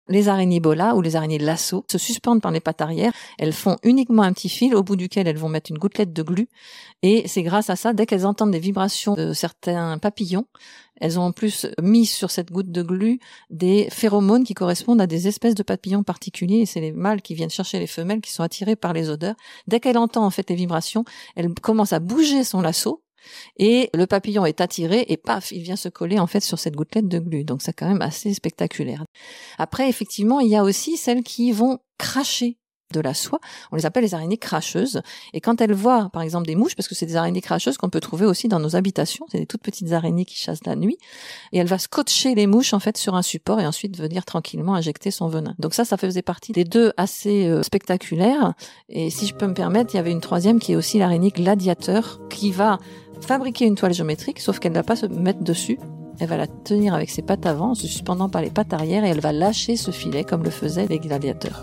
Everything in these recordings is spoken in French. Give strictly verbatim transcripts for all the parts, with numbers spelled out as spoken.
Les araignées bola ou les araignées lasso se suspendent par les pattes arrière. Elles font uniquement un petit fil au bout duquel elles vont mettre une gouttelette de glu. Et c'est grâce à ça, dès qu'elles entendent des vibrations de certains papillons, elles ont en plus mis sur cette goutte de glu des phéromones qui correspondent à des espèces de papillons particuliers. Et c'est les mâles qui viennent chercher les femelles qui sont attirés par les odeurs. Dès qu'elle entend en fait les vibrations, elle commence à bouger son lasso. Et le papillon est attiré et paf, il vient se coller en fait sur cette gouttelette de glu. Donc c'est quand même assez spectaculaire. Après, effectivement, il y a aussi celles qui vont cracher de la soie. On les appelle les araignées cracheuses. Et quand elles voient, par exemple, des mouches, parce que c'est des araignées cracheuses qu'on peut trouver aussi dans nos habitations, c'est des toutes petites araignées qui chassent la nuit, et elle va scotcher les mouches en fait sur un support et ensuite venir tranquillement injecter son venin. Donc ça, ça faisait partie des deux assez euh, spectaculaires. Et si je peux me permettre, il y avait une troisième qui est aussi l'araignée gladiateur, qui va fabriquer une toile géométrique, sauf qu'elle ne va pas se mettre dessus. Elle va la tenir avec ses pattes avant, en se suspendant par les pattes arrière, et elle va lâcher ce filet comme le faisaient les gladiateurs.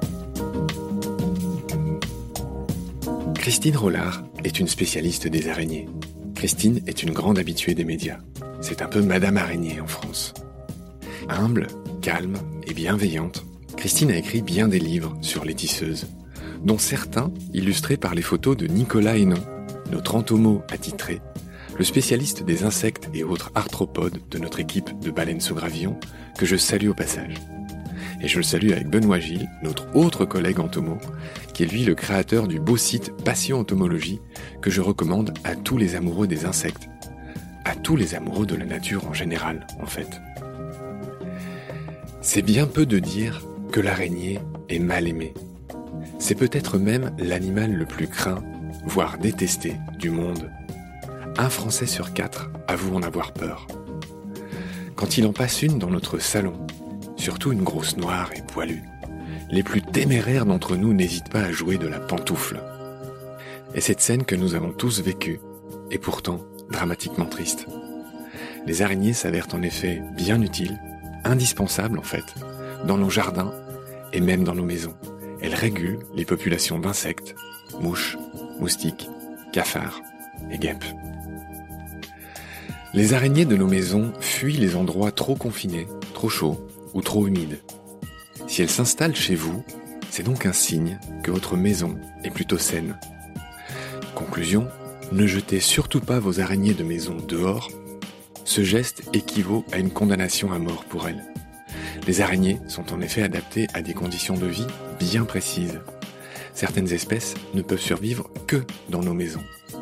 Christine Rollard est une spécialiste des araignées. Christine est une grande habituée des médias. C'est un peu Madame Araignée en France. Humble, calme et bienveillante, Christine a écrit bien des livres sur les tisseuses, dont certains illustrés par les photos de Nicolas Hénon, notre entomo attitré, le spécialiste des insectes et autres arthropodes de notre équipe de baleines sous gravillon, que je salue au passage. Et je le salue avec Benoît Gilles, notre autre collègue entomo, qui est lui le créateur du beau site Passion Entomologie, que je recommande à tous les amoureux des insectes, à tous les amoureux de la nature en général, en fait. C'est bien peu de dire que l'araignée est mal aimée. C'est peut-être même l'animal le plus craint, voire détesté, du monde. Un Français sur quatre avoue en avoir peur. Quand il en passe une dans notre salon, surtout une grosse noire et poilue, les plus téméraires d'entre nous n'hésitent pas à jouer de la pantoufle. Et cette scène que nous avons tous vécue est pourtant dramatiquement triste. Les araignées s'avèrent en effet bien utiles, indispensables en fait, dans nos jardins et même dans nos maisons. Elles régulent les populations d'insectes, mouches, moustiques, cafards et guêpes. Les araignées de nos maisons fuient les endroits trop confinés, trop chauds ou trop humides. Si elles s'installent chez vous, c'est donc un signe que votre maison est plutôt saine. Conclusion, ne jetez surtout pas vos araignées de maison dehors. Ce geste équivaut à une condamnation à mort pour elles. Les araignées sont en effet adaptées à des conditions de vie bien précises. Certaines espèces ne peuvent survivre que dans nos maisons.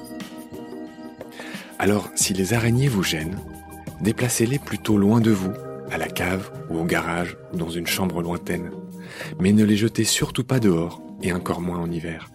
Alors, si les araignées vous gênent, déplacez-les plutôt loin de vous, à la cave ou au garage ou dans une chambre lointaine. Mais ne les jetez surtout pas dehors, et encore moins en hiver.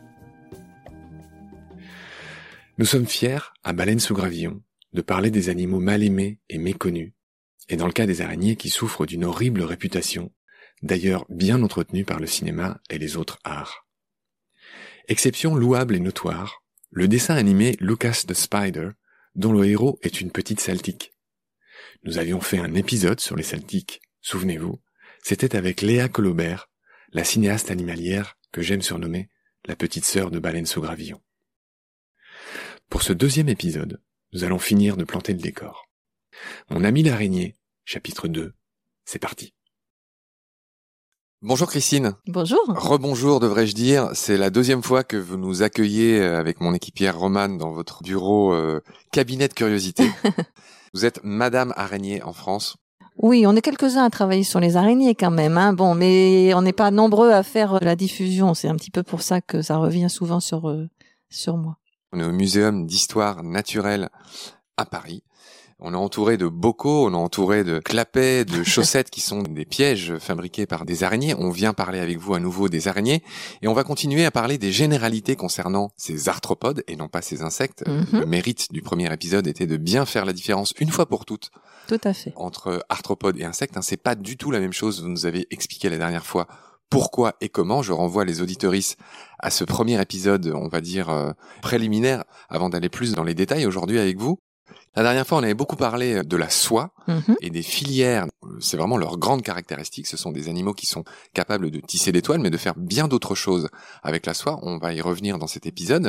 Nous sommes fiers, à Baleines sous gravillon, de parler des animaux mal aimés et méconnus, et dans le cas des araignées qui souffrent d'une horrible réputation, d'ailleurs bien entretenue par le cinéma et les autres arts. Exception louable et notoire, le dessin animé Lucas the Spider, dont le héros est une petite saltique. Nous avions fait un épisode sur les saltiques, souvenez-vous, c'était avec Léa Colobert, la cinéaste animalière que j'aime surnommer la petite sœur de Baleines sous gravillon. Pour ce deuxième épisode, nous allons finir de planter le décor. Mon ami l'araignée, chapitre deux, c'est parti. Bonjour Christine. Bonjour. Rebonjour devrais-je dire, c'est la deuxième fois que vous nous accueillez avec mon équipière Romane dans votre bureau euh, cabinet de curiosité. Vous êtes Madame Araignée en France. Oui, on est quelques-uns à travailler sur les araignées quand même, hein. Bon, mais on n'est pas nombreux à faire la diffusion. C'est un petit peu pour ça que ça revient souvent sur euh, sur moi. On est au Muséum d'histoire naturelle à Paris. On est entouré de bocaux, on est entouré de clapets, de chaussettes qui sont des pièges fabriqués par des araignées. On vient parler avec vous à nouveau des araignées et on va continuer à parler des généralités concernant ces arthropodes et non pas ces insectes. Mm-hmm. Le mérite du premier épisode était de bien faire la différence une fois pour toutes. Tout à fait. Entre arthropodes et insectes, hein, c'est pas du tout la même chose. Vous nous avez expliqué la dernière fois pourquoi et comment. Je renvoie les auditeuristes à ce premier épisode, on va dire euh, préliminaire, avant d'aller plus dans les détails aujourd'hui avec vous. La dernière fois, on avait beaucoup parlé de la soie mmh. et des filières. C'est vraiment leur grande caractéristique. Ce sont des animaux qui sont capables de tisser des toiles, mais de faire bien d'autres choses avec la soie. On va y revenir dans cet épisode.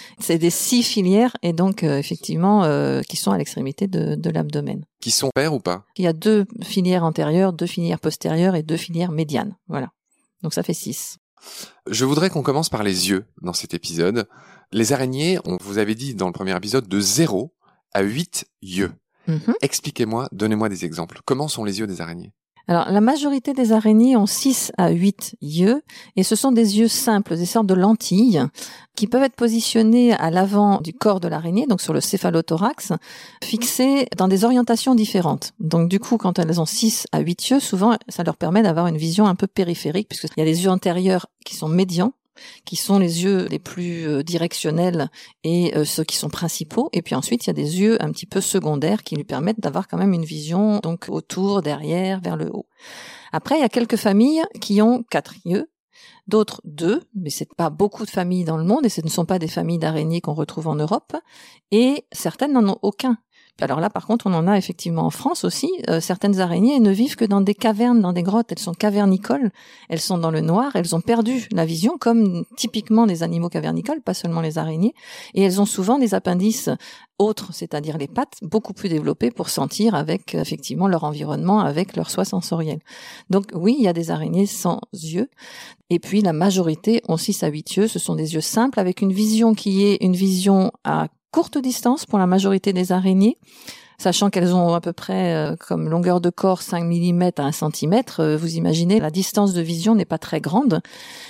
C'est des six filières et donc euh, effectivement euh, qui sont à l'extrémité de, de l'abdomen. Qui sont paires ou pas? Il y a deux filières antérieures, deux filières postérieures et deux filières médianes. Voilà. Donc ça fait six. Je voudrais qu'on commence par les yeux dans cet épisode. Les araignées, on vous avait dit dans le premier épisode, de zéro à huit yeux. Mm-hmm. Expliquez-moi, donnez-moi des exemples. Comment sont les yeux des araignées? Alors, la majorité des araignées ont six à huit yeux, et ce sont des yeux simples, des sortes de lentilles, qui peuvent être positionnés à l'avant du corps de l'araignée, donc sur le céphalothorax, fixés dans des orientations différentes. Donc, du coup, quand elles ont six à huit yeux, souvent, ça leur permet d'avoir une vision un peu périphérique, puisqu'il y a les yeux antérieurs qui sont médians, qui sont les yeux les plus euh, directionnels et euh, ceux qui sont principaux. Et puis ensuite, il y a des yeux un petit peu secondaires qui lui permettent d'avoir quand même une vision donc autour, derrière, vers le haut. Après, il y a quelques familles qui ont quatre yeux, d'autres deux, mais c'est pas beaucoup de familles dans le monde et ce ne sont pas des familles d'araignées qu'on retrouve en Europe. Et certaines n'en ont aucun. Alors là, par contre, on en a effectivement en France aussi. Euh, certaines araignées ne vivent que dans des cavernes, dans des grottes. Elles sont cavernicoles, elles sont dans le noir, elles ont perdu la vision, comme typiquement les animaux cavernicoles, pas seulement les araignées. Et elles ont souvent des appendices autres, c'est-à-dire les pattes, beaucoup plus développées pour sentir avec effectivement leur environnement, avec leur soie sensorielle. Donc oui, il y a des araignées sans yeux. Et puis la majorité ont six à huit yeux. Ce sont des yeux simples avec une vision qui est une vision à courte distance pour la majorité des araignées, sachant qu'elles ont à peu près euh, comme longueur de corps cinq millimètres à un centimètre. Euh, vous imaginez, la distance de vision n'est pas très grande.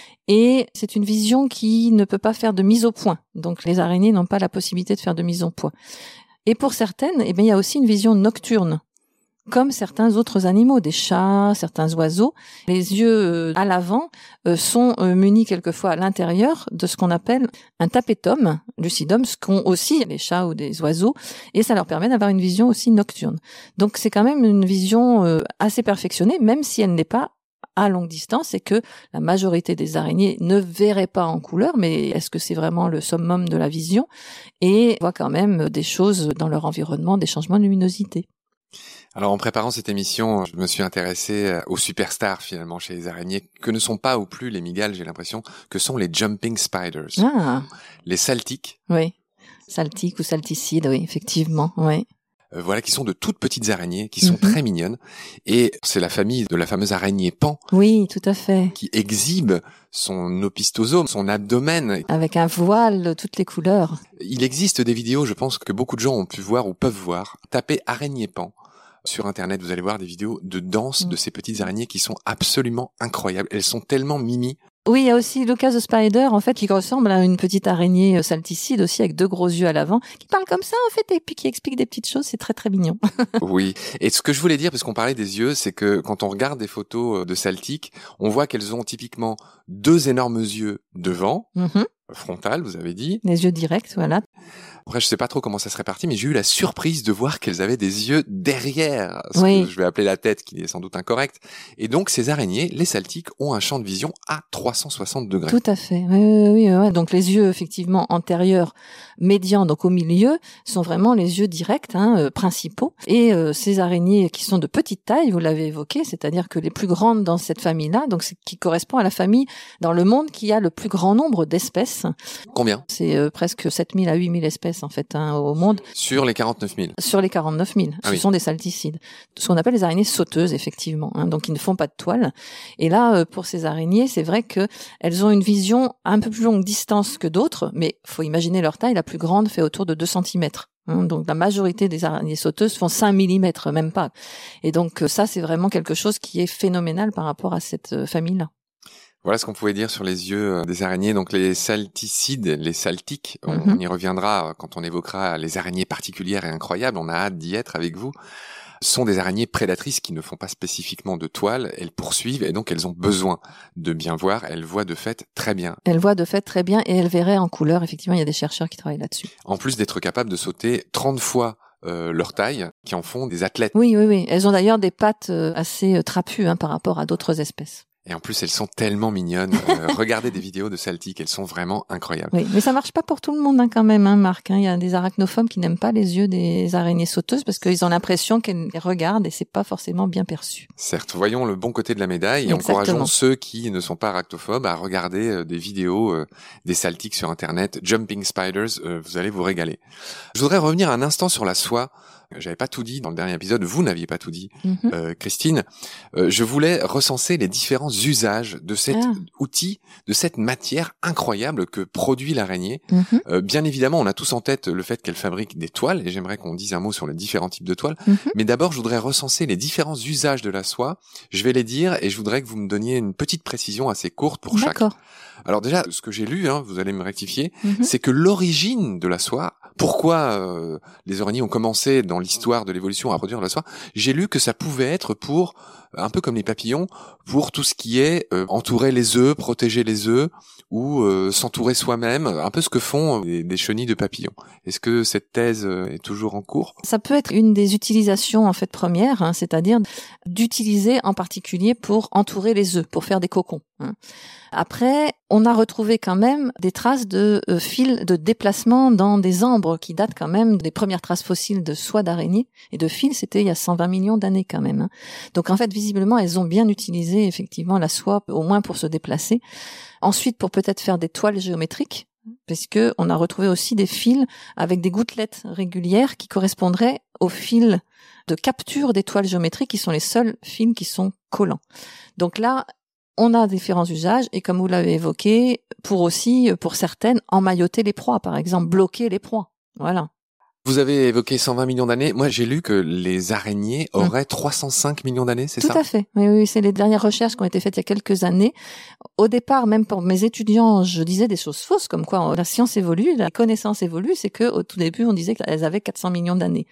Et c'est une vision qui ne peut pas faire de mise au point. Donc les araignées n'ont pas la possibilité de faire de mise au point. Et pour certaines, eh bien, il y a aussi une vision nocturne, comme certains autres animaux, des chats, certains oiseaux. Les yeux à l'avant sont munis quelquefois à l'intérieur de ce qu'on appelle un tapetum lucidum, ce qu'ont aussi les chats ou des oiseaux, et ça leur permet d'avoir une vision aussi nocturne. Donc c'est quand même une vision assez perfectionnée, même si elle n'est pas à longue distance et que la majorité des araignées ne verraient pas en couleur, mais est-ce que c'est vraiment le summum de la vision? Et on voit quand même des choses dans leur environnement, des changements de luminosité. Alors en préparant cette émission, je me suis intéressé aux superstars finalement chez les araignées, que ne sont pas ou plus les mygales, j'ai l'impression, que sont les jumping spiders. Ah. Les saltiques. Oui, saltiques ou salticides, oui, effectivement, oui. Euh, voilà, qui sont de toutes petites araignées, qui sont mm-hmm. très mignonnes. Et c'est la famille de la fameuse araignée pan. Oui, tout à fait. Qui exhibe son opistosome, son abdomen. Avec un voile de toutes les couleurs. Il existe des vidéos, je pense, que beaucoup de gens ont pu voir ou peuvent voir. Tapez araignée pan. Sur Internet, vous allez voir des vidéos de danse mmh. de ces petites araignées qui sont absolument incroyables. Elles sont tellement mimi. Oui, il y a aussi Lucas the Spider, en fait, qui ressemble à une petite araignée salticide aussi, avec deux gros yeux à l'avant, qui parle comme ça, en fait, et puis qui explique des petites choses. C'est très, très mignon. Oui. Et ce que je voulais dire, parce qu'on parlait des yeux, c'est que quand on regarde des photos de saltiques, on voit qu'elles ont typiquement deux énormes yeux devant, mmh. frontal, vous avez dit. Les yeux directs, voilà. Après, je sais pas trop comment ça se répartit, mais j'ai eu la surprise de voir qu'elles avaient des yeux derrière, ce oui. que je vais appeler la tête, qui est sans doute incorrecte. Et donc, ces araignées, les saltiques, ont un champ de vision à trois cent soixante degrés. Tout à fait. Oui, oui, oui, oui. Donc, les yeux, effectivement, antérieurs, médians, donc au milieu, sont vraiment les yeux directs, hein, euh, principaux. Et euh, ces araignées qui sont de petite taille, vous l'avez évoqué, c'est-à-dire que les plus grandes dans cette famille-là, donc c'est qui correspond à la famille dans le monde qui a le plus grand nombre d'espèces. Combien ? C'est euh, presque sept mille à huit mille espèces en fait hein, au monde. Sur les quarante-neuf mille. Sur les quarante-neuf mille. Ah, ce oui. sont des salticides. Ce qu'on appelle les araignées sauteuses effectivement, hein, donc ils ne font pas de toile. Et là, euh, pour ces araignées, c'est vrai que elles ont une vision à un peu plus longue distance que d'autres, mais faut imaginer leur taille. La plus grande fait autour de deux centimètres. Hein, donc la majorité des araignées sauteuses font cinq millimètres, même pas. Et donc ça, c'est vraiment quelque chose qui est phénoménal par rapport à cette euh, famille-là. Voilà ce qu'on pouvait dire sur les yeux des araignées. Donc les salticides, les saltiques, on, mm-hmm. on y reviendra quand on évoquera les araignées particulières et incroyables. On a hâte d'y être avec vous. Sont des araignées prédatrices qui ne font pas spécifiquement de toile. Elles poursuivent et donc elles ont besoin de bien voir. Elles voient de fait très bien. Elles voient de fait très bien et elles verraient en couleur. Effectivement, il y a des chercheurs qui travaillent là-dessus. En plus d'être capables de sauter trente fois Euh, leur taille, qui en font des athlètes. Oui, oui, oui. Elles ont d'ailleurs des pattes euh, assez euh, trapues hein, par rapport à d'autres espèces. Et en plus, elles sont tellement mignonnes. Euh, regardez des vidéos de Saltic, elles sont vraiment incroyables. Oui, mais ça marche pas pour tout le monde hein, quand même, hein, Marc. Hein. Il y a des arachnophobes qui n'aiment pas les yeux des araignées sauteuses parce qu'ils ont l'impression qu'elles les regardent et c'est pas forcément bien perçu. Certes, voyons le bon côté de la médaille et Exactement. encourageons ceux qui ne sont pas arachnophobes à regarder euh, des vidéos euh, des Saltiques sur Internet. Jumping Spiders, euh, vous allez vous régaler. Je voudrais revenir un instant sur la soie. J'avais pas tout dit dans le dernier épisode, vous n'aviez pas tout dit, Mm-hmm. euh, Christine. Euh, je voulais recenser les différents usages de cet Ah. outil, de cette matière incroyable que produit l'araignée. Mm-hmm. Euh, bien évidemment, on a tous en tête le fait qu'elle fabrique des toiles, et j'aimerais qu'on dise un mot sur les différents types de toiles. Mm-hmm. Mais d'abord, je voudrais recenser les différents usages de la soie. Je vais les dire, et je voudrais que vous me donniez une petite précision assez courte pour chaque. D'accord. Alors déjà, ce que j'ai lu, hein, vous allez me rectifier, Mm-hmm. c'est que l'origine de la soie, pourquoi euh, les araignées ont commencé dans l'histoire de l'évolution à produire de la soie, j'ai lu que ça pouvait être pour, un peu comme les papillons, pour tout ce qui est euh, entourer les œufs, protéger les œufs, ou euh, s'entourer soi-même, un peu ce que font des, des chenilles de papillons. Est-ce que cette thèse euh, est toujours en cours ? Ça peut être une des utilisations en fait premières, hein, c'est-à-dire d'utiliser en particulier pour entourer les œufs, pour faire des cocons. Hein. Après, on a retrouvé quand même des traces de euh, fils de déplacement dans des ambres qui datent quand même des premières traces fossiles de soie d'araignée et de fils, c'était il y a cent vingt millions d'années quand même. Hein. Donc en fait, visiblement, elles ont bien utilisé effectivement la soie, au moins pour se déplacer. Ensuite, pour peut-être faire des toiles géométriques, parce que on a retrouvé aussi des fils avec des gouttelettes régulières qui correspondraient aux fils de capture des toiles géométriques qui sont les seuls fils qui sont collants. Donc là, on a différents usages et comme vous l'avez évoqué, pour aussi, pour certaines, emmailloter les proies, par exemple, bloquer les proies. Voilà. Vous avez évoqué cent vingt millions d'années. Moi, j'ai lu que les araignées auraient mmh. trois cent cinq millions d'années, c'est Tout ça ? Tout à fait. Oui, oui, c'est les dernières recherches qui ont été faites il y a quelques années. Au départ, même pour mes étudiants, je disais des choses fausses, comme quoi la science évolue, la connaissance évolue. C'est que au tout début, on disait qu'elles avaient quatre cents millions d'années.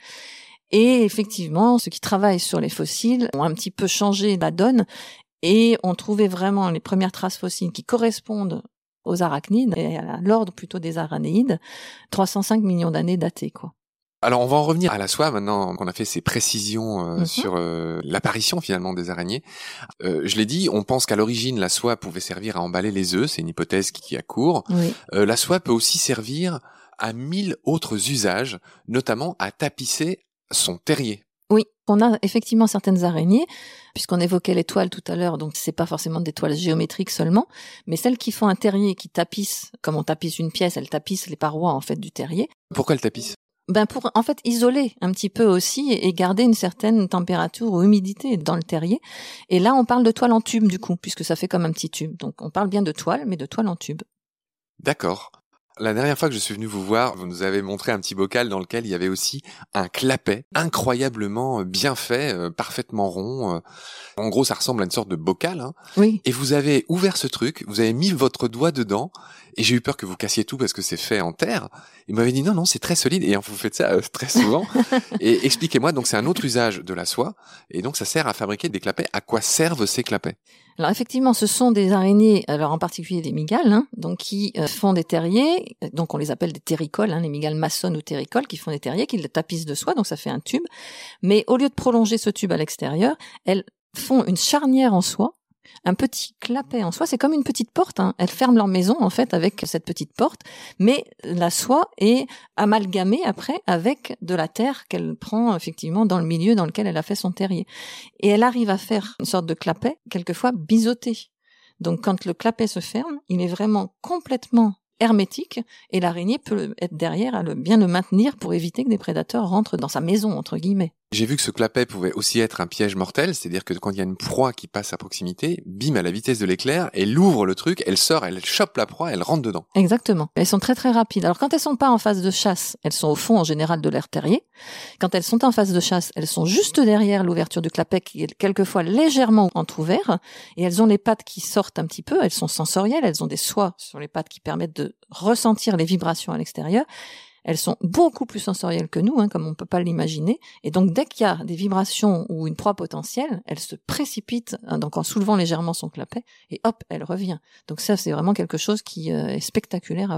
Et effectivement, ceux qui travaillent sur les fossiles ont un petit peu changé la donne et ont trouvé vraiment les premières traces fossiles qui correspondent aux arachnides et à l'ordre plutôt des aranéides, trois cent cinq millions d'années datées, quoi. Alors on va en revenir à la soie maintenant qu'on a fait ces précisions euh, mm-hmm. sur euh, l'apparition finalement des araignées. Euh, je l'ai dit, on pense qu'à l'origine la soie pouvait servir à emballer les œufs, c'est une hypothèse qui, qui a cours. Oui. Euh, la soie peut aussi servir à mille autres usages, notamment à tapisser son terrier. Oui, on a effectivement certaines araignées, puisqu'on évoquait les toiles tout à l'heure, donc c'est pas forcément des toiles géométriques seulement, mais celles qui font un terrier, qui tapissent, comme on tapisse une pièce, elles tapissent les parois en fait du terrier. Pourquoi elles tapissent ? Ben pour en fait isoler un petit peu aussi et garder une certaine température ou humidité dans le terrier. Et là, on parle de toile en tube du coup, puisque ça fait comme un petit tube. Donc on parle bien de toile, mais de toile en tube. D'accord. La dernière fois que je suis venu vous voir, vous nous avez montré un petit bocal dans lequel il y avait aussi un clapet incroyablement bien fait, euh, parfaitement rond. Euh, en gros, ça ressemble à une sorte de bocal. Hein. Oui. Et vous avez ouvert ce truc, vous avez mis votre doigt dedans, et j'ai eu peur que vous cassiez tout parce que c'est fait en terre. Il m'avait dit non, non, c'est très solide, et vous faites ça euh, très souvent. Et expliquez-moi, donc c'est un autre usage de la soie, et donc ça sert à fabriquer des clapets. À quoi servent ces clapets ? Alors effectivement, ce sont des araignées, alors en particulier des mygales, hein, donc qui euh, font des terriers, donc on les appelle des terricoles, hein, les mygales maçonnes ou terricoles, qui font des terriers, qui les tapissent de soie, donc ça fait un tube. Mais au lieu de prolonger ce tube à l'extérieur, elles font une charnière en soie, un petit clapet en soie, c'est comme une petite porte, hein. Elles ferment leur maison en fait avec cette petite porte, mais la soie est amalgamée après avec de la terre qu'elle prend effectivement dans le milieu dans lequel elle a fait son terrier. Et elle arrive à faire une sorte de clapet, quelquefois biseauté. Donc quand le clapet se ferme, il est vraiment complètement hermétique et l'araignée peut être derrière à le, bien le maintenir pour éviter que des prédateurs rentrent dans sa maison, entre guillemets. J'ai vu que ce clapet pouvait aussi être un piège mortel, c'est-à-dire que quand il y a une proie qui passe à proximité, bim, à la vitesse de l'éclair, elle ouvre le truc, elle sort, elle chope la proie, elle rentre dedans. Exactement. Elles sont très très rapides. Alors quand elles sont pas en phase de chasse, elles sont au fond en général de leur terrier. Quand elles sont en phase de chasse, elles sont juste derrière l'ouverture du clapet qui est quelquefois légèrement entrouvert et elles ont les pattes qui sortent un petit peu, elles sont sensorielles, elles ont des soies sur les pattes qui permettent de ressentir les vibrations à l'extérieur. Elles sont beaucoup plus sensorielles que nous, hein, comme on ne peut pas l'imaginer. Et donc, dès qu'il y a des vibrations ou une proie potentielle, elle se précipite, hein, donc en soulevant légèrement son clapet, et hop, elle revient. Donc ça, c'est vraiment quelque chose qui euh, est spectaculaire à voir.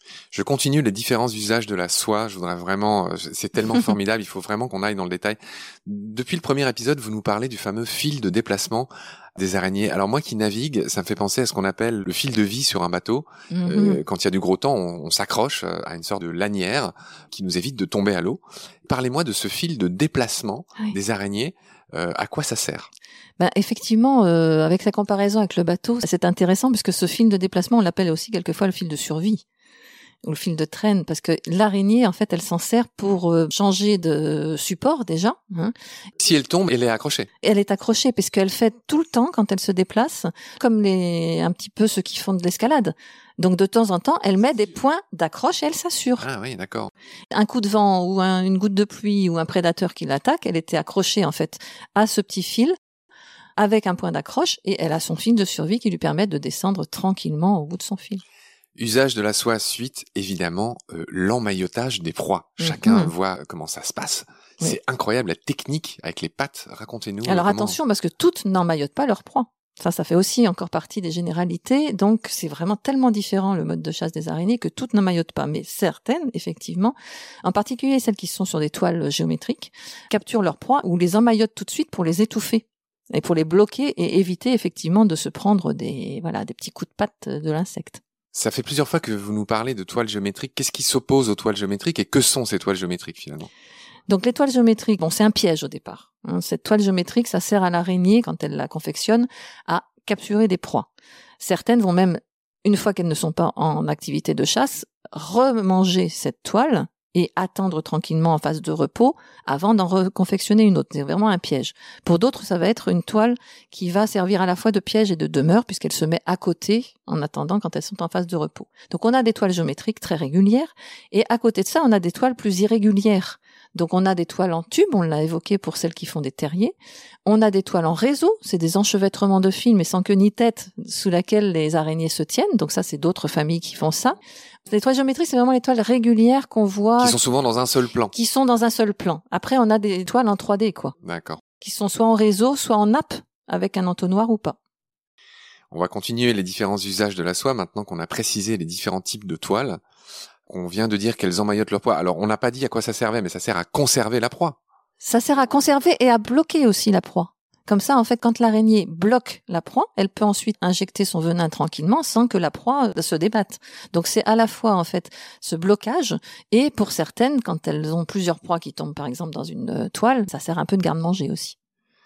Je continue les différents usages de la soie. Je voudrais vraiment, c'est tellement formidable. Il faut vraiment qu'on aille dans le détail. Depuis le premier épisode, vous nous parlez du fameux fil de déplacement des araignées. Alors moi qui navigue, ça me fait penser à ce qu'on appelle le fil de vie sur un bateau. Mm-hmm. Euh, quand il y a du gros temps, on, on s'accroche à une sorte de lanière qui nous évite de tomber à l'eau. Parlez-moi de ce fil de déplacement oui. des araignées. Euh, à quoi ça sert ? Ben, effectivement, euh, avec sa comparaison avec le bateau, c'est intéressant puisque ce fil de déplacement, on l'appelle aussi quelquefois le fil de survie ou le fil de traîne, parce que l'araignée, en fait, elle s'en sert pour euh, changer de support déjà. Hein. Si elle tombe, elle est accrochée. Elle est accrochée, puisqu'elle fait tout le temps, quand elle se déplace, comme les un petit peu ceux qui font de l'escalade. Donc, de temps en temps, elle met des points d'accroche et elle s'assure. Ah oui, d'accord. Un coup de vent ou un, une goutte de pluie ou un prédateur qui l'attaque, elle était accrochée, en fait, à ce petit fil avec un point d'accroche et elle a son fil de survie qui lui permet de descendre tranquillement au bout de son fil. Usage de la soie suite, évidemment, euh, l'emmaillotage des proies. Chacun mmh. voit comment ça se passe. Oui. C'est incroyable, la technique avec les pattes. Racontez-nous. Alors comment... attention, parce que toutes n'emmaillotent pas leur proie. Ça, ça fait aussi encore partie des généralités. Donc, c'est vraiment tellement différent le mode de chasse des araignées que toutes n'emmaillotent pas. Mais certaines, effectivement, en particulier celles qui sont sur des toiles géométriques, capturent leur proie ou les emmaillotent tout de suite pour les étouffer et pour les bloquer et éviter effectivement de se prendre des, voilà, des petits coups de patte de l'insecte. Ça fait plusieurs fois que vous nous parlez de toiles géométriques. Qu'est-ce qui s'oppose aux toiles géométriques et que sont ces toiles géométriques finalement ? Donc les toiles géométriques, bon, c'est un piège au départ. Cette toile géométrique, ça sert à l'araignée, quand elle la confectionne, à capturer des proies. Certaines vont même, une fois qu'elles ne sont pas en activité de chasse, remanger cette toile et attendre tranquillement en phase de repos avant d'en reconfectionner une autre. C'est vraiment un piège. Pour d'autres, ça va être une toile qui va servir à la fois de piège et de demeure puisqu'elle se met à côté en attendant quand elles sont en phase de repos. Donc on a des toiles géométriques très régulières et à côté de ça, on a des toiles plus irrégulières. Donc on a des toiles en tube, on l'a évoqué pour celles qui font des terriers. On a des toiles en réseau, c'est des enchevêtrements de fils mais sans queue ni tête sous laquelle les araignées se tiennent. Donc ça, c'est d'autres familles qui font ça. Les toiles géométriques, c'est vraiment les toiles régulières qu'on voit. Qui sont souvent dans un seul plan. Qui sont dans un seul plan. Après, on a des toiles en trois D, quoi. D'accord. Qui sont soit en réseau, soit en nappe, avec un entonnoir ou pas. On va continuer les différents usages de la soie maintenant qu'on a précisé les différents types de toiles. On vient de dire qu'elles emmaillotent leur proie. Alors, on n'a pas dit à quoi ça servait, mais ça sert à conserver la proie. Ça sert à conserver et à bloquer aussi la proie. Comme ça, en fait, quand l'araignée bloque la proie, elle peut ensuite injecter son venin tranquillement sans que la proie se débatte. Donc, c'est à la fois, en fait, ce blocage et pour certaines, quand elles ont plusieurs proies qui tombent, par exemple, dans une toile, ça sert un peu de garde-manger aussi.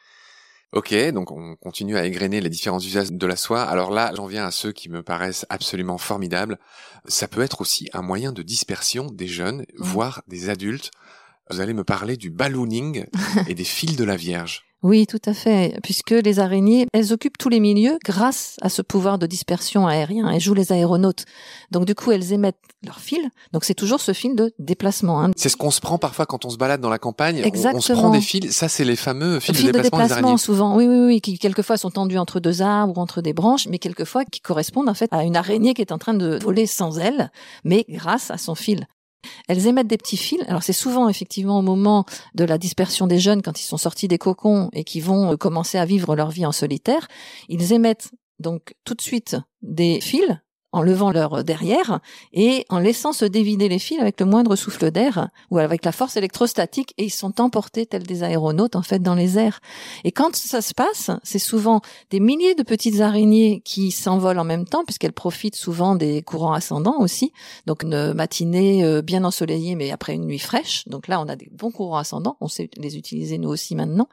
Ok, donc on continue à égrener les différents usages de la soie. Alors là, j'en viens à ceux qui me paraissent absolument formidables. Ça peut être aussi un moyen de dispersion des jeunes, mmh. voire des adultes. Vous allez me parler du ballooning et des fils de la Vierge. Oui, tout à fait, puisque les araignées, elles occupent tous les milieux grâce à ce pouvoir de dispersion aérien. Elles jouent les aéronautes. Donc du coup, elles émettent leur fil. Donc c'est toujours ce fil de déplacement. Hein. C'est ce qu'on se prend parfois quand on se balade dans la campagne. Exactement. On, on se prend des fils. Ça, c'est les fameux fils, fils de déplacement, de déplacement des araignées. Souvent, oui, oui, oui, qui quelquefois sont tendus entre deux arbres ou entre des branches, mais quelquefois qui correspondent en fait à une araignée qui est en train de voler sans ailes, mais grâce à son fil. Elles émettent des petits fils. Alors c'est souvent effectivement au moment de la dispersion des jeunes, quand ils sont sortis des cocons et qui vont commencer à vivre leur vie en solitaire, ils émettent donc tout de suite des fils en levant leur derrière et en laissant se dévider les fils avec le moindre souffle d'air ou avec la force électrostatique et ils sont emportés tels des aéronautes en fait dans les airs. Et quand ça se passe, c'est souvent des milliers de petites araignées qui s'envolent en même temps puisqu'elles profitent souvent des courants ascendants aussi. Donc une matinée bien ensoleillée mais après une nuit fraîche. Donc là on a des bons courants ascendants, on sait les utiliser nous aussi maintenant.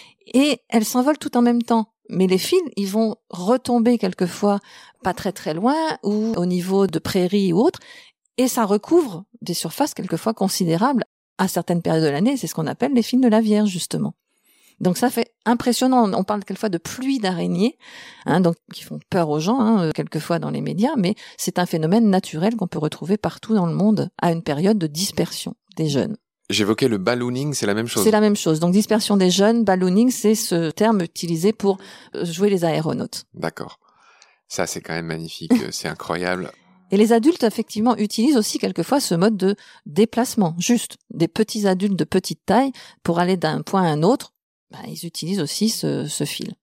Et elles s'envolent tout en même temps. Mais les fils, ils vont retomber quelquefois pas très très loin ou au niveau de prairies ou autres, et ça recouvre des surfaces quelquefois considérables à certaines périodes de l'année. C'est ce qu'on appelle les fils de la Vierge, justement. Donc ça fait impressionnant. On parle quelquefois de pluie d'araignées, hein, donc qui font peur aux gens, hein, quelquefois dans les médias, mais c'est un phénomène naturel qu'on peut retrouver partout dans le monde à une période de dispersion des jeunes. J'évoquais le ballooning, c'est la même chose. C'est la même chose. Donc dispersion des jeunes, ballooning, c'est ce terme utilisé pour jouer les aéronautes. D'accord. Ça, c'est quand même magnifique, c'est incroyable. Et les adultes, effectivement, utilisent aussi quelquefois ce mode de déplacement. Juste des petits adultes de petite taille pour aller d'un point à un autre, ben, ils utilisent aussi ce, ce fil.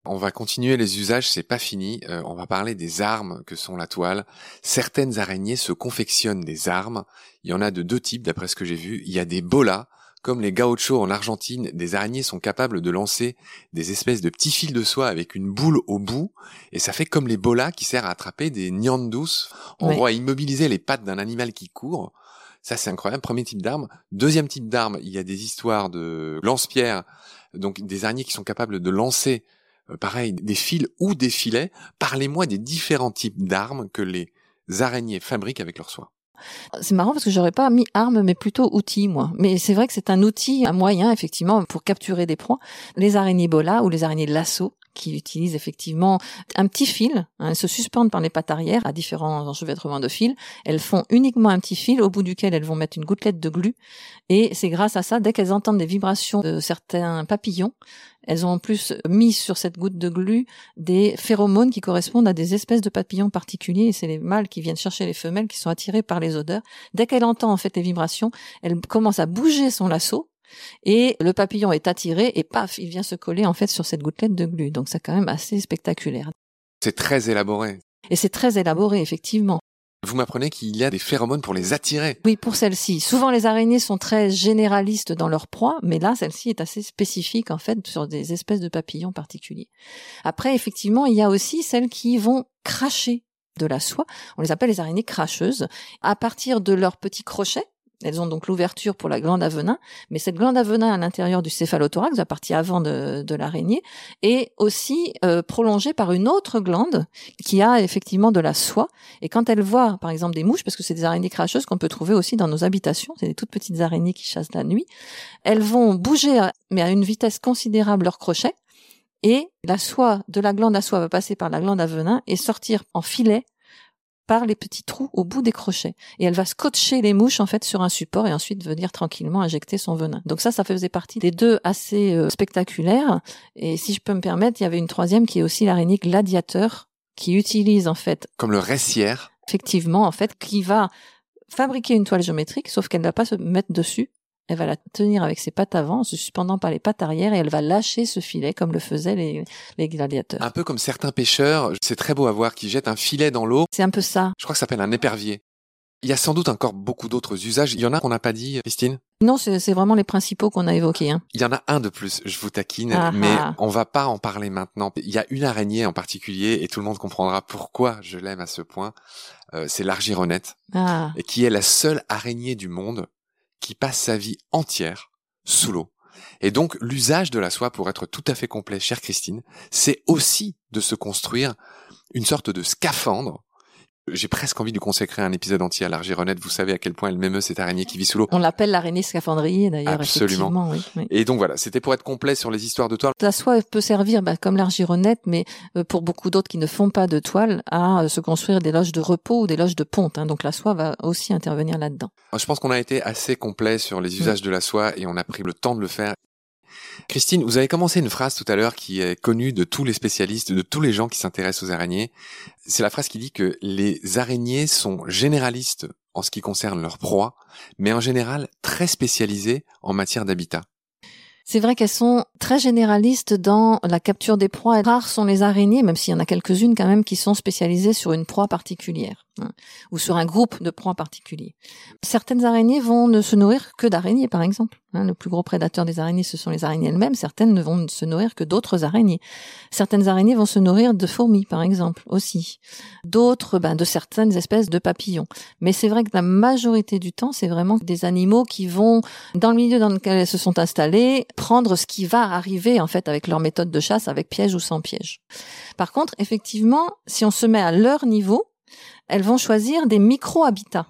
On va continuer les usages, c'est pas fini. Euh, on va parler des armes que sont la toile. Certaines araignées se confectionnent des armes. Il y en a de deux types, d'après ce que j'ai vu. Il y a des bolas, comme les gauchos en Argentine. Des araignées sont capables de lancer des espèces de petits fils de soie avec une boule au bout. Et ça fait comme les bolas qui servent à attraper des niandous. On Oui. voit immobiliser les pattes d'un animal qui court. Ça, c'est incroyable. Premier type d'arme. Deuxième type d'arme, il y a des histoires de lance-pierres. Donc, des araignées qui sont capables de lancer Euh, pareil, des fils ou des filets. Parlez-moi des différents types d'armes que les araignées fabriquent avec leur soie. C'est marrant parce que j'aurais pas mis arme, mais plutôt outil, moi. Mais c'est vrai que c'est un outil, un moyen, effectivement, pour capturer des proies. Les araignées bola ou les araignées lasso, qui utilisent effectivement un petit fil, hein, elles se suspendent par les pattes arrière à différents enchevêtrements de fils. Elles font uniquement un petit fil au bout duquel elles vont mettre une gouttelette de glu. Et c'est grâce à ça, dès qu'elles entendent des vibrations de certains papillons, elles ont en plus mis sur cette goutte de glu des phéromones qui correspondent à des espèces de papillons particuliers. Et c'est les mâles qui viennent chercher les femelles qui sont attirés par les odeurs. Dès qu'elle entend en fait les vibrations, elle commence à bouger son lasso. Et le papillon est attiré et paf, il vient se coller en fait sur cette gouttelette de glu. Donc c'est quand même assez spectaculaire. C'est très élaboré. Et c'est très élaboré, effectivement. Vous m'apprenez qu'il y a des phéromones pour les attirer. Oui, pour celle-ci. Souvent, les araignées sont très généralistes dans leur proie, mais là, celle-ci est assez spécifique, en fait, sur des espèces de papillons particuliers. Après, effectivement, il y a aussi celles qui vont cracher de la soie. On les appelle les araignées cracheuses. À partir de leurs petits crochets, elles ont donc l'ouverture pour la glande à venin, mais cette glande à venin à l'intérieur du céphalothorax, la partie avant de, de l'araignée, est aussi euh, prolongée par une autre glande qui a effectivement de la soie. Et quand elle voit, par exemple, des mouches, parce que c'est des araignées cracheuses qu'on peut trouver aussi dans nos habitations, c'est des toutes petites araignées qui chassent la nuit, elles vont bouger, à, mais à une vitesse considérable, leurs crochets, et la soie de la glande à soie va passer par la glande à venin et sortir en filet par les petits trous au bout des crochets. Et elle va scotcher les mouches, en fait, sur un support et ensuite venir tranquillement injecter son venin. Donc ça, ça faisait partie des deux assez euh, spectaculaires. Et si je peux me permettre, il y avait une troisième qui est aussi l'araignée gladiateur, qui utilise, en fait... Comme le ressière. Effectivement, en fait, qui va fabriquer une toile géométrique, sauf qu'elle ne va pas se mettre dessus. Elle va la tenir avec ses pattes avant, en se suspendant par les pattes arrière, et elle va lâcher ce filet comme le faisaient les, les gladiateurs. Un peu comme certains pêcheurs, c'est très beau à voir, qui jettent un filet dans l'eau. C'est un peu ça. Je crois que ça s'appelle un épervier. Il y a sans doute encore beaucoup d'autres usages. Il y en a qu'on n'a pas dit, Christine? Non, c'est, c'est vraiment les principaux qu'on a évoqués. Hein. Il y en a un de plus, je vous taquine, Ah mais ah. on va pas en parler maintenant. Il y a une araignée en particulier, et tout le monde comprendra pourquoi je l'aime à ce point. Euh, c'est l'argironnette, Ah. et qui est la seule araignée du monde qui passe sa vie entière sous l'eau. Et donc, l'usage de la soie, pour être tout à fait complet, chère Christine, c'est aussi de se construire une sorte de scaphandre. J'ai presque envie de consacrer un épisode entier à l'argironnette. Vous savez à quel point elle m'émeut, cette araignée qui vit sous l'eau. On l'appelle l'araignée scaphandrier, d'ailleurs. Absolument. Oui, oui. Et donc voilà, c'était pour être complet sur les histoires de toile. La soie peut servir, bah, comme l'argironnette, mais euh, pour beaucoup d'autres qui ne font pas de toile, à euh, se construire des loges de repos ou des loges de ponte. Hein. Donc la soie va aussi intervenir là-dedans. Je pense qu'on a été assez complet sur les usages de la soie et on a pris le temps de le faire. Christine, vous avez commencé une phrase tout à l'heure qui est connue de tous les spécialistes, de tous les gens qui s'intéressent aux araignées. C'est la phrase qui dit que les araignées sont généralistes en ce qui concerne leur proie, mais en général très spécialisées en matière d'habitat. C'est vrai qu'elles sont très généralistes dans la capture des proies. Rares sont les araignées, même s'il y en a quelques-unes quand même qui sont spécialisées sur une proie particulière, hein, ou sur un groupe de proies particuliers. Certaines araignées vont ne se nourrir que d'araignées, par exemple. Hein, le plus gros prédateur des araignées, ce sont les araignées elles-mêmes. Certaines ne vont se nourrir que d'autres araignées. Certaines araignées vont se nourrir de fourmis, par exemple, aussi. D'autres, ben, de certaines espèces de papillons. Mais c'est vrai que la majorité du temps, c'est vraiment des animaux qui vont, dans le milieu dans lequel elles se sont installées, prendre ce qui va arriver, en fait, avec leur méthode de chasse, avec piège ou sans piège. Par contre, effectivement, si on se met à leur niveau, elles vont choisir des micro-habitats.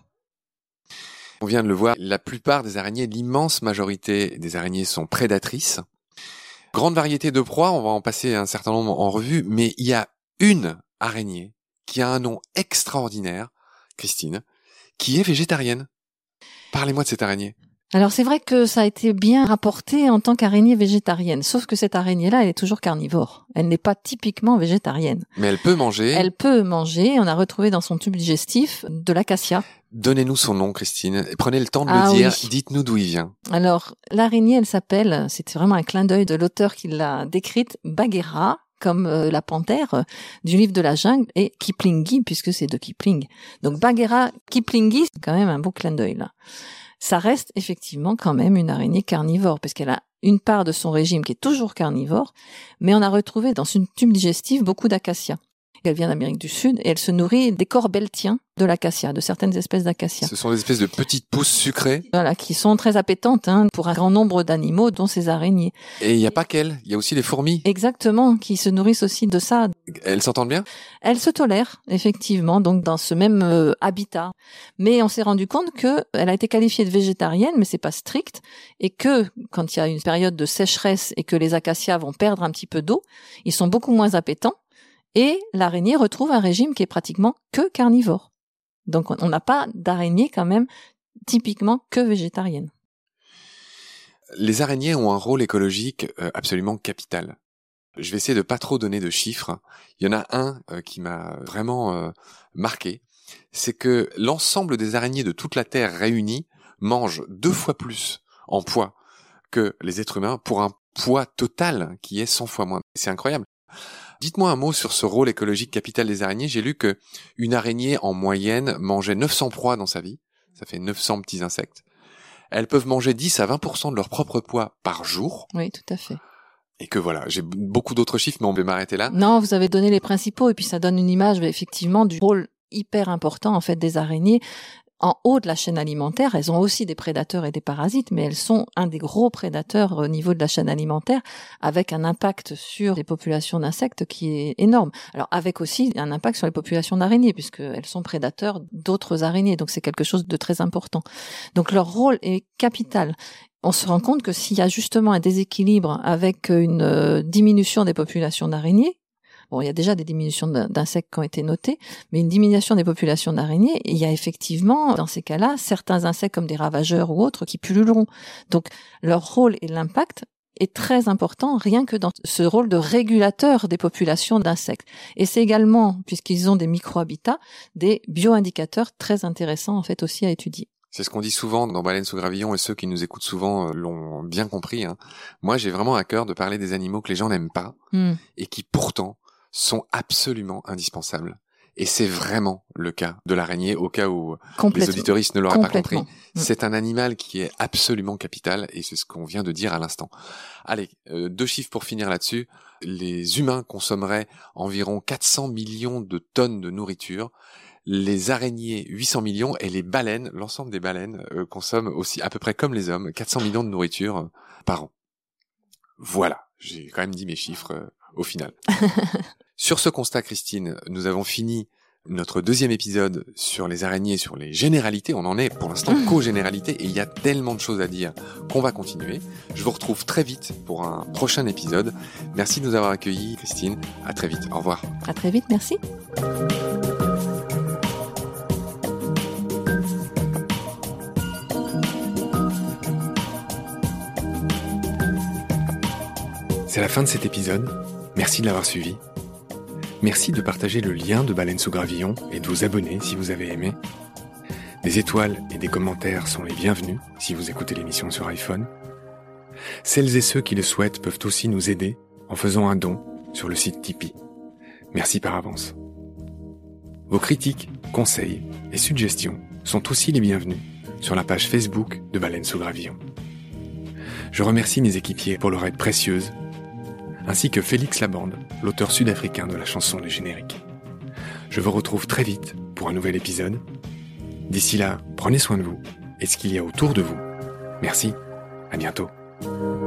On vient de le voir, la plupart des araignées, l'immense majorité des araignées sont prédatrices. Grande variété de proies, on va en passer un certain nombre en revue, mais il y a une araignée qui a un nom extraordinaire, Christine, qui est végétarienne. Parlez-moi de cette araignée. Alors c'est vrai que ça a été bien rapporté en tant qu'araignée végétarienne, sauf que cette araignée-là, elle est toujours carnivore. Elle n'est pas typiquement végétarienne. Mais elle peut manger. Elle peut manger. On a retrouvé dans son tube digestif de l'acacia. Donnez-nous son nom, Christine. Prenez le temps de Ah le dire. oui. Dites-nous d'où il vient. Alors l'araignée, elle s'appelle, c'est vraiment un clin d'œil de l'auteur qui l'a décrite, Bagheera, comme euh, la panthère euh, du livre de la jungle, et Kiplingi, puisque c'est de Kipling. Donc Bagheera Kiplingi, c'est quand même un beau clin d'œil là. Ça reste effectivement quand même une araignée carnivore, parce qu'elle a une part de son régime qui est toujours carnivore, mais on a retrouvé dans une tube digestive beaucoup d'acacia. Elle vient d'Amérique du Sud et elle se nourrit des corbeltiens de l'acacia, de certaines espèces d'acacia. Ce sont des espèces de petites pousses sucrées. Voilà, qui sont très appétantes hein, pour un grand nombre d'animaux, dont ces araignées. Et il n'y a pas qu'elles, il y a aussi les fourmis. Exactement, qui se nourrissent aussi de ça. Elles s'entendent bien ? Elles se tolèrent, effectivement, donc dans ce même euh, habitat. Mais on s'est rendu compte que elle a été qualifiée de végétarienne, mais c'est pas strict, et que quand il y a une période de sécheresse et que les acacias vont perdre un petit peu d'eau, ils sont beaucoup moins appétants. Et l'araignée retrouve un régime qui est pratiquement que carnivore. Donc on n'a pas d'araignée quand même typiquement que végétarienne. Les araignées ont un rôle écologique absolument capital. Je vais essayer de pas trop donner de chiffres. Il y en a un qui m'a vraiment marqué. C'est que l'ensemble des araignées de toute la Terre réunies mangent deux fois plus en poids que les êtres humains pour un poids total qui est cent fois moins. C'est incroyable. Dites-moi un mot sur ce rôle écologique capital des araignées. J'ai lu que une araignée en moyenne mangeait neuf cents proies dans sa vie. Ça fait neuf cents petits insectes. Elles peuvent manger dix à vingt pour cent de leur propre poids par jour. Oui, tout à fait. Et que voilà, j'ai beaucoup d'autres chiffres, mais on va m'arrêter là. Non, vous avez donné les principaux et puis ça donne une image effectivement du rôle hyper important en fait des araignées. En haut de la chaîne alimentaire, elles ont aussi des prédateurs et des parasites, mais elles sont un des gros prédateurs au niveau de la chaîne alimentaire, avec un impact sur les populations d'insectes qui est énorme. Alors avec aussi un impact sur les populations d'araignées, puisqu'elles sont prédateurs d'autres araignées, donc c'est quelque chose de très important. Donc leur rôle est capital. On se rend compte que s'il y a justement un déséquilibre avec une euh, diminution des populations d'araignées, bon, il y a déjà des diminutions d'insectes qui ont été notées, mais une diminution des populations d'araignées, il y a effectivement, dans ces cas-là, certains insectes comme des ravageurs ou autres qui pulluleront. Donc, leur rôle et l'impact est très important, rien que dans ce rôle de régulateur des populations d'insectes. Et c'est également, puisqu'ils ont des micro-habitats, des bioindicateurs très intéressants, en fait, aussi à étudier. C'est ce qu'on dit souvent dans Baleines sous gravillon, et ceux qui nous écoutent souvent l'ont bien compris. Hein. Moi, j'ai vraiment à cœur de parler des animaux que les gens n'aiment pas, mm. et qui pourtant sont absolument indispensables. Et c'est vraiment le cas de l'araignée, au cas où les auditeuristes ne l'auraient pas compris. Mmh. C'est un animal qui est absolument capital, et c'est ce qu'on vient de dire à l'instant. Allez, euh, deux chiffres pour finir là-dessus. Les humains consommeraient environ quatre cents millions de tonnes de nourriture. Les araignées, huit cents millions, et les baleines, l'ensemble des baleines, euh, consomment aussi, à peu près comme les hommes, quatre cents millions de nourriture euh, par an. Voilà, j'ai quand même dit mes chiffres euh, au final. Sur ce constat, Christine, nous avons fini notre deuxième épisode sur les araignées, sur les généralités. On en est pour l'instant qu'aux généralités, et il y a tellement de choses à dire qu'on va continuer. Je vous retrouve très vite pour un prochain épisode. Merci de nous avoir accueillis, Christine. À très vite. Au revoir. À très vite, merci. C'est la fin de cet épisode. Merci de l'avoir suivi. Merci de partager le lien de Baleines sous gravillon et de vous abonner si vous avez aimé. Des étoiles et des commentaires sont les bienvenus si vous écoutez l'émission sur iPhone. Celles et ceux qui le souhaitent peuvent aussi nous aider en faisant un don sur le site Tipeee. Merci par avance. Vos critiques, conseils et suggestions sont aussi les bienvenus sur la page Facebook de Baleines sous gravillon. Je remercie mes équipiers pour leur aide précieuse, ainsi que Félix Labande, l'auteur sud-africain de la chanson du générique. Je vous retrouve très vite pour un nouvel épisode. D'ici là, prenez soin de vous et de ce qu'il y a autour de vous. Merci, à bientôt.